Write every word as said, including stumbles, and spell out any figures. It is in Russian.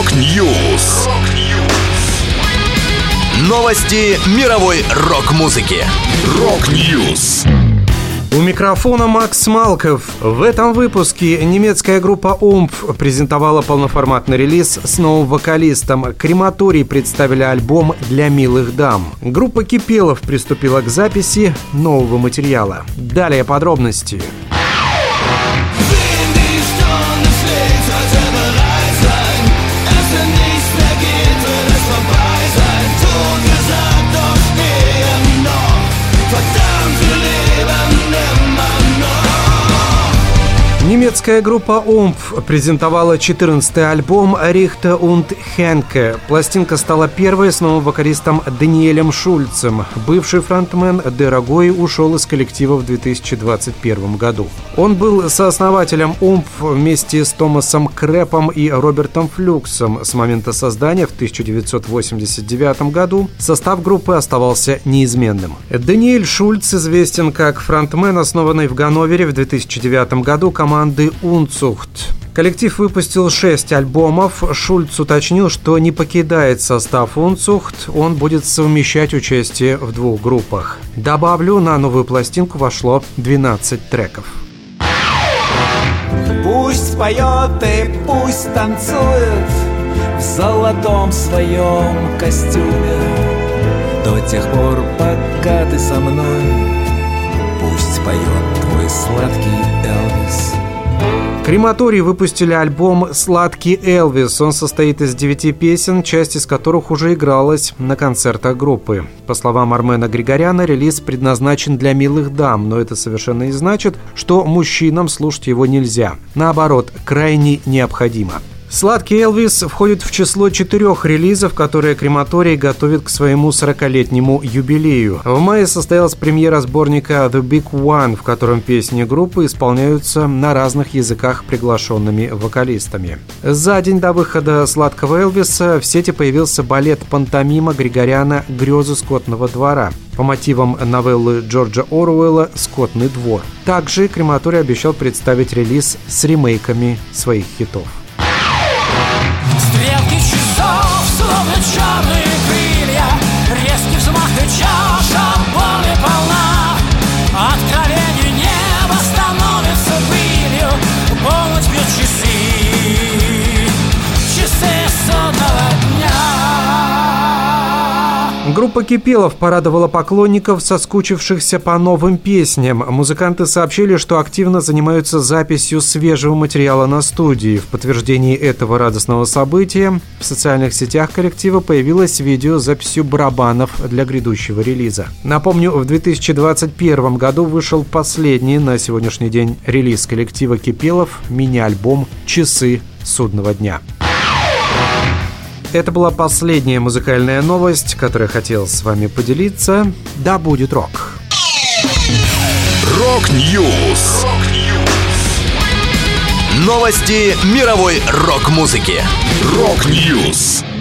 Рок-Ньюс. Новости мировой рок-музыки. Рок-Ньюс. У микрофона Макс Малков. В этом выпуске немецкая группа Умпф презентовала полноформатный релиз с новым вокалистом. Крематорий представили альбом «Для милых дам». Группа Кипелов приступила к записи нового материала. Далее подробности. Немецкая группа Умпф презентовала четырнадцатый альбом «Рихте und Henke». Пластинка стала первой с новым вокалистом Даниэлем Шульцем. Бывший фронтмен Дорогой ушел из коллектива в две тысячи двадцать первом году. Он был сооснователем Умпф вместе с Томасом Крэпом и Робертом Флюксом. С момента создания в тысяча девятьсот восемьдесят девятом году состав группы оставался неизменным. Даниэль Шульц известен как фронтмен, основанный в Ганновере в две тысячи девятом году команды Unzucht. Коллектив выпустил шесть альбомов. Шульц уточнил, что не покидает состав Unzucht, он будет совмещать участие в двух группах. Добавлю, на новую пластинку вошло двенадцать треков. Пусть поет и пусть танцует в золотом своем костюме до тех пор, пока ты со мной. Пусть поет твой сладкий Элвис. Крематорий выпустили альбом «Сладкий Элвис». Он состоит из девяти песен, часть из которых уже игралась на концертах группы. По словам Армена Григоряна, релиз предназначен для милых дам, но это совершенно не значит, что мужчинам слушать его нельзя. Наоборот, крайне необходимо. «Сладкий Элвис» входит в число четырех релизов, которые Крематорий готовит к своему сорокалетнему юбилею. В мае состоялась премьера сборника «The Big One», в котором песни группы исполняются на разных языках приглашенными вокалистами. За день до выхода «Сладкого Элвиса» в сети появился балет-пантомима Григоряна «Грезы скотного двора» по мотивам новеллы Джорджа Оруэлла «Скотный двор». Также Крематорий обещал представить релиз с ремейками своих хитов. Стрелки часов, словно черные крылья, резкий взмах и чаша боли полна. Откровение неба становится пылью, полночь бьет часы, часы судного дня. Группа Кипелов порадовала поклонников, соскучившихся по новым песням. Музыканты сообщили, что активно занимаются записью свежего материала на студии. В подтверждении этого радостного события в социальных сетях коллектива появилось видео с записью барабанов для грядущего релиза. Напомню, в две тысячи двадцать первом году вышел последний на сегодняшний день релиз коллектива Кипелов – мини-альбом «Часы судного дня». Это была последняя музыкальная новость, которую я хотел с вами поделиться. Да будет рок! Рок-Ньюс. Новости мировой рок-музыки. Рок-Ньюс.